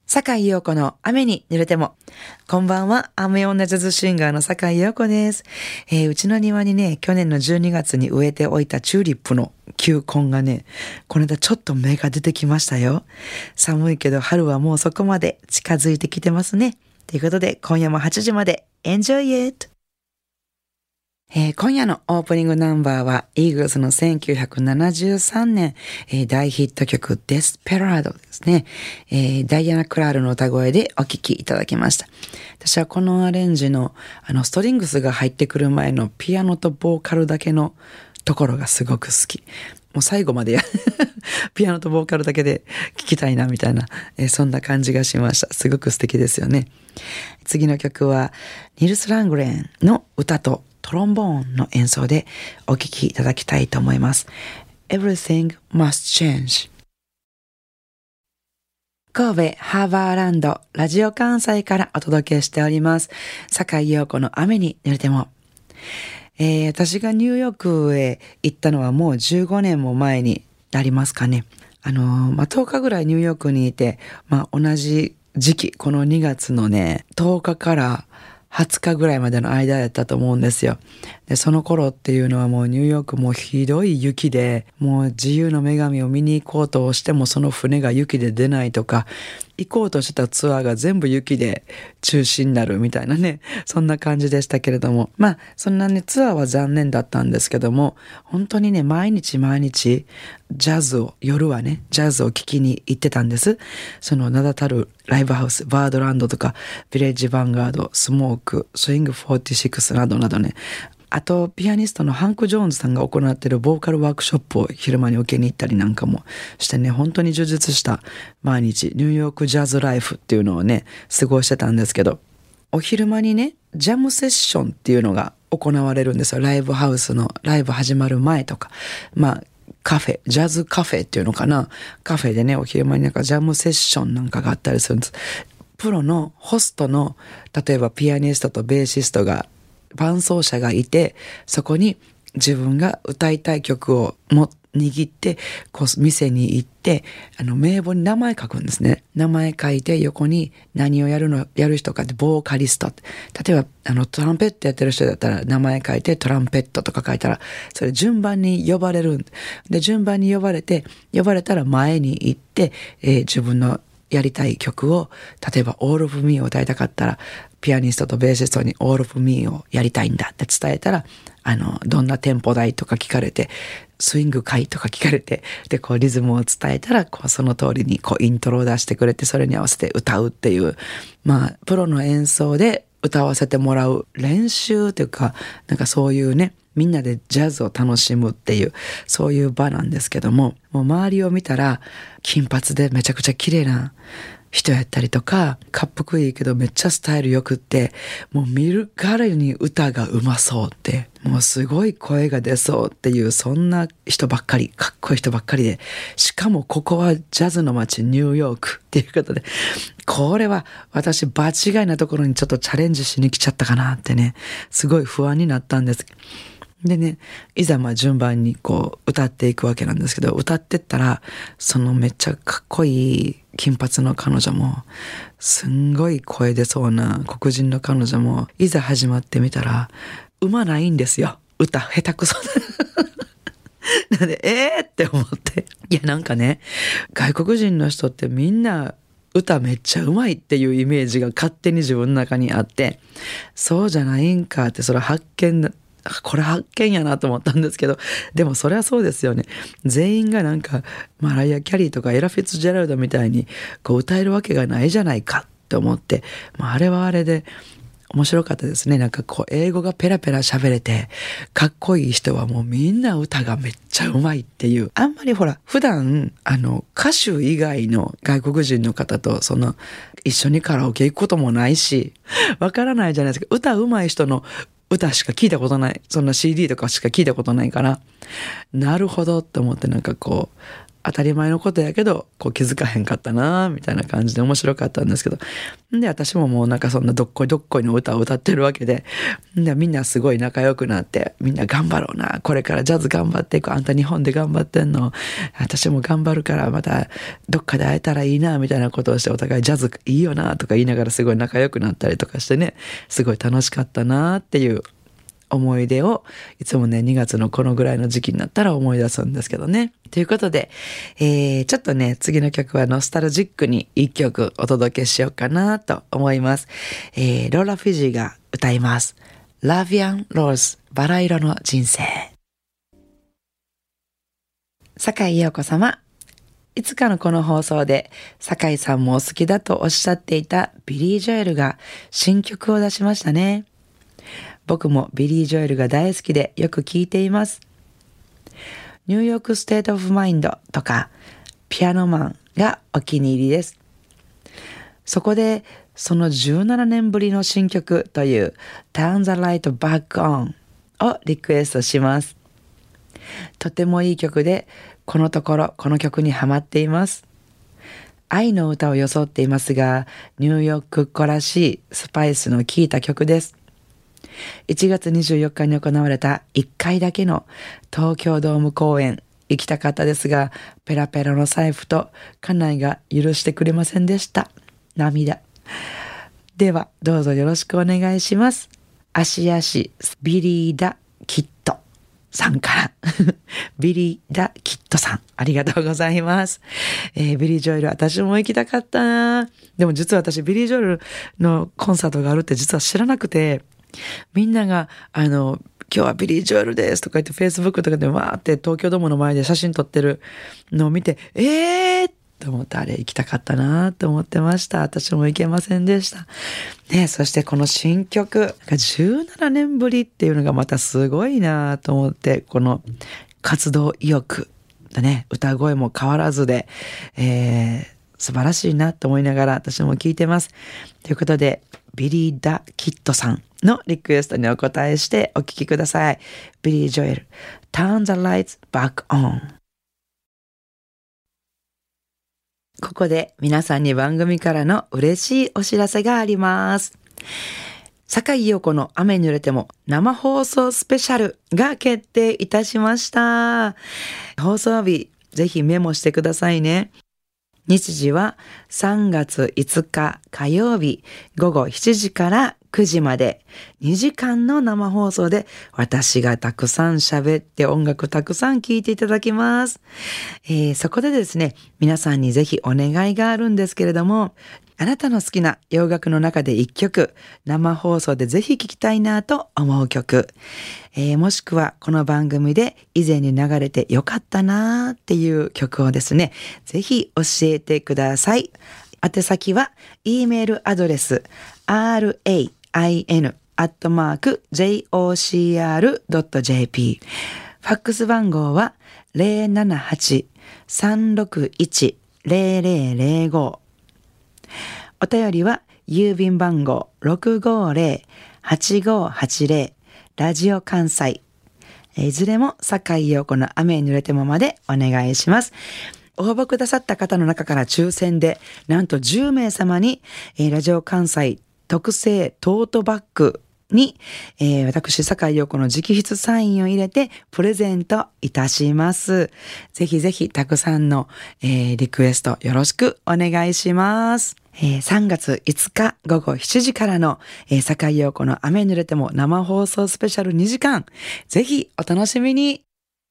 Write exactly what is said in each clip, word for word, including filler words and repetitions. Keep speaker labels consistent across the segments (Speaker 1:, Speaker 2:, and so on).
Speaker 1: 坂井陽子の雨に濡れても。こんばんは、雨女ジャズシンガーの坂井陽子です。えー、うちの庭にね、去年のじゅうにがつに植えておいたチューリップの球根がね、この間ちょっと芽が出てきましたよ。寒いけど春はもうそこまで近づいてきてますね。ということで、今夜もはちじまで Enjoy it! えー、今夜のオープニングナンバーはイーグルスのせんきゅうひゃくななじゅうさんねん、えー、大ヒット曲デスペラードですね、えー、ダイアナ・クラールの歌声でお聴きいただきました。私はこのアレンジのあのストリングスが入ってくる前のピアノとボーカルだけのところがすごく好き。もう最後までやピアノとボーカルだけで聴きたいなみたいな、えー、そんな感じがしました。すごく素敵ですよね。次の曲はニルス・ラングレンの歌とトロンボーンの演奏でお聴きいただきたいと思います。Everything Must Change。 神戸ハーバーランドラジオ関西からお届けしております。坂井陽子の雨に濡れても。えー、私がニューヨークへ行ったのはもうじゅうごねんも前になりますかね。あのー、まあ、とおかぐらいニューヨークにいて、まあ、同じ時期、このにがつのね、とおかからはつかぐらいまでの間やったと思うんですよ。で、その頃っていうのはもうニューヨークもひどい雪で、もう自由の女神を見に行こうとしてもその船が雪で出ないとか、行こうとしたツアーが全部雪で中止になるみたいなね、そんな感じでしたけれども、まあそんなねツアーは残念だったんですけども、本当にね毎日毎日ジャズを、夜はねジャズを聴きに行ってたんです。その名だたるライブハウス、バードランドとかヴィレッジヴァンガード、スモーク、スイングフォーティシックスなどなどね、あとピアニストのハンク・ジョーンズさんが行っているボーカルワークショップを昼間に受けに行ったりなんかもしてね、本当に充実した毎日ニューヨークジャズライフっていうのをね過ごしてたんですけど、お昼間にねジャムセッションっていうのが行われるんですよ。ライブハウスのライブ始まる前とか、まあカフェ、ジャズカフェっていうのかな、カフェでねお昼間になんかジャムセッションなんかがあったりするんです。プロのホストの例えばピアニストとベーシストが伴奏者がいて、そこに自分が歌いたい曲をも握ってこう店に行って、あの名簿に名前書くんですね。名前書いて横に何をやるのやる人かって、ボーカリスト、例えばあのトランペットやってる人だったら名前書いてトランペットとか書いたら、それ順番に呼ばれるで、順番に呼ばれて呼ばれたら前に行って、えー、自分のやりたい曲を、例えば All of Me を歌いたかったらピアニストとベーシストに All of Me をやりたいんだって伝えたら、あのどんなテンポ台とか聞かれて、スイング回とか聞かれて、でこうリズムを伝えたらこうその通りにこうイントロを出してくれて、それに合わせて歌うっていう、まあプロの演奏で歌わせてもらう練習というか、なんかそういうね、みんなでジャズを楽しむっていう、そういう場なんですけども、もう周りを見たら金髪でめちゃくちゃ綺麗な人やったりとか、かっこいいけどめっちゃスタイルよくって、もう見るからに歌がうまそうって、もうすごい声が出そうっていう、そんな人ばっかり、かっこいい人ばっかりで、しかもここはジャズの街ニューヨークっていうことで、これは私場違いなところにちょっとチャレンジしに来ちゃったかなってね、すごい不安になったんです。でね、いざまあ順番にこう歌っていくわけなんですけど、歌ってったらそのめっちゃかっこいい金髪の彼女も、すんごい声出そうな黒人の彼女も、いざ始まってみたらうまないんですよ、歌下手くそなんでえーって思って、いやなんかね、外国人の人ってみんな歌めっちゃうまいっていうイメージが勝手に自分の中にあって、そうじゃないんかって、それ発見これ発見やなと思ったんですけど、でもそれはそうですよね。全員がなんかマライア・キャリーとかエラ・フィッツジェラルドみたいにこう歌えるわけがないじゃないかって思って、まあ、あれはあれで面白かったですね。なんかこう英語がペラペラ喋れてかっこいい人はもうみんな歌がめっちゃうまいっていう、あんまりほら普段あの歌手以外の外国人の方とその一緒にカラオケ行くこともないし、わからないじゃないですか。歌うまい人の歌しか聞いたことない、そんな シーディー とかしか聞いたことないから、なるほどって思って、なんかこう当たり前のことやけど、こう気づかへんかったな、みたいな感じで面白かったんですけど。で、私ももうなんかそんなどっこいどっこいの歌を歌ってるわけで、でみんなすごい仲良くなって、みんな頑張ろうな、これからジャズ頑張っていく、あんた日本で頑張ってんの、私も頑張るからまたどっかで会えたらいいな、みたいなことをして、お互いジャズいいよな、とか言いながらすごい仲良くなったりとかしてね、すごい楽しかったな、っていう思い出をいつもねにがつのこのぐらいの時期になったら思い出すんですけどね。ということで、えー、ちょっとね次の曲はノスタルジックに一曲お届けしようかなと思います。えー、ローラ・フィジーが歌います。ラビアン・ローズ、バラ色の人生。酒井陽子様、いつかのこの放送で酒井さんもお好きだとおっしゃっていたビリー・ジョエルが新曲を出しましたね。僕もビリー・ジョエルが大好きでよく聴いています。ニューヨークステートオブマインドとかピアノマンがお気に入りです。そこでそのじゅうななねんぶりの新曲という Turn the Light Back On をリクエストします。とてもいい曲で、このところこの曲にハマっています。愛の歌を装っていますが、ニューヨークっ子らしいスパイスの効いた曲です。いちがつにじゅうよっかに行われたいっかいだけの東京ドーム公演、行きたかったですが、ペラペラの財布と家内が許してくれませんでした。涙。ではどうぞよろしくお願いします。芦屋市ビリーダキットさんからビリーダキットさん、ありがとうございます。えー、ビリー・ジョエル、私も行きたかったな。でも実は私ビリー・ジョエルのコンサートがあるって実は知らなくて、みんながあの今日はビリー・ジョエルですとか言ってフェイスブックとかでわーって東京ドームの前で写真撮ってるのを見て、えーと思って、あれ行きたかったなと思ってました。私も行けませんでしたね。そしてこの新曲がじゅうななねんぶりっていうのがまたすごいなと思って、この活動意欲だね、歌声も変わらずで、えー、素晴らしいなと思いながら私も聞いてます。ということでビリー・ダ・キットさんのリクエストにお答えしてお聴きください。ビリー・ジョエル、Turn the Lights Back On。ここで皆さんに番組からの嬉しいお知らせがあります。酒井陽子の雨に濡れても生放送スペシャルが決定いたしました。放送日ぜひメモしてくださいね。日時はさんがついつか火曜日ごごしちじからくじまでにじかんの生放送で私がたくさん喋って音楽たくさん聴いていただきます。えー、そこでですね、皆さんにぜひお願いがあるんですけれども、あなたの好きな洋楽の中でいっきょく生放送でぜひ聴きたいなと思う曲、えー、もしくはこの番組で以前に流れてよかったなっていう曲をですね、ぜひ教えてください。宛先は E メールアドレス アールエーアイエヌ アットマーク ジェイオーシーアール ドット ジェーピー、 ファックス番号は ゼロななはち さんろくいち ゼロゼロゼロご、お便りは郵便番号 ろくごゼロ はちごはちゼロ ラジオ関西、いずれも酒井陽子の雨に濡れてもまでお願いします。応募くださった方の中から抽選でなんとじゅうめい様に、えー、ラジオ関西特製トートバッグに、えー、私酒井陽子の直筆サインを入れてプレゼントいたします。ぜひぜひたくさんの、えー、リクエストよろしくお願いします。えー、さんがついつかごごしちじからの、えー、酒井陽子の雨に濡れても生放送スペシャルにじかん、ぜひお楽しみに。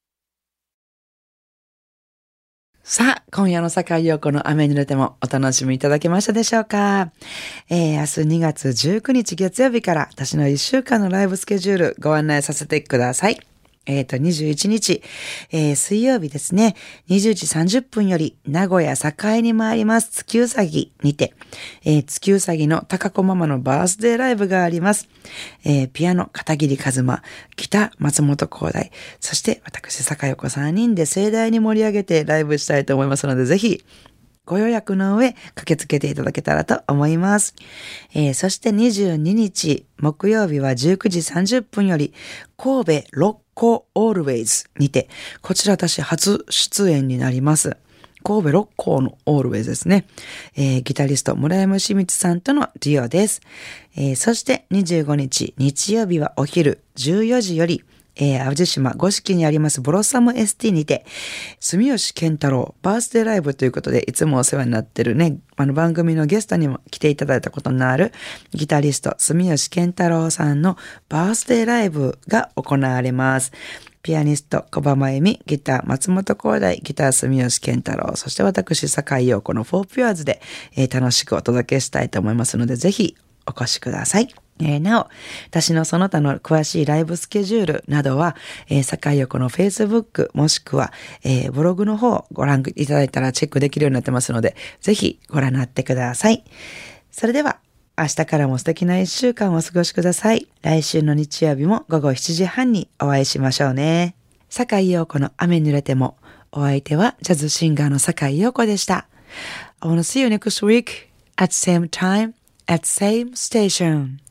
Speaker 1: さあ、今夜の酒井陽子の雨に濡れてもお楽しみいただけましたでしょうか。えー、明日にがつじゅうくにち月曜日から私のいっしゅうかんのライブスケジュールご案内させてください。えっと、にじゅういちにち、えー、水曜日ですね、にじゅうじさんじゅっぷんより名古屋栄に参ります月うさぎにて、えー、月うさぎの高子ママのバースデーライブがあります。えー、ピアノ片桐一馬、ギター松本光大、そして私坂陽子さんにんで盛大に盛り上げてライブしたいと思いますので、ぜひご予約の上駆けつけていただけたらと思います。えー、そしてにじゅうににち木曜日はじゅうくじさんじゅっぷんより神戸六校 Always にて、こちら私初出演になります。神戸六甲の Always ですね。えー、ギタリスト村山清光さんとのデュオです。えー、そしてにじゅうごにち日曜日はお昼じゅうよじより、えー、淡路島五色にありますブロッサム エスティー にて、住吉健太郎バースデーライブということで、いつもお世話になってるね、あの番組のゲストにも来ていただいたことのあるギタリスト住吉健太郎さんのバースデーライブが行われます。ピアニスト小葉真由美、ギター松本光大、ギター住吉健太郎、そして私坂井陽子のフォーピュアーズで、えー、楽しくお届けしたいと思いますので、ぜひお越しください。えー、なお、私のその他の詳しいライブスケジュールなどは、えー、坂井陽子の Facebook もしくは、えー、ブログの方ご覧いただいたらチェックできるようになってますので、ぜひご覧になってください。それでは、明日からも素敵な一週間をお過ごしください。来週の日曜日も午後しちじはんにお会いしましょうね。坂井陽子の雨濡れても、お相手はジャズシンガーの坂井陽子でした。I wanna see you next week at same time at same station.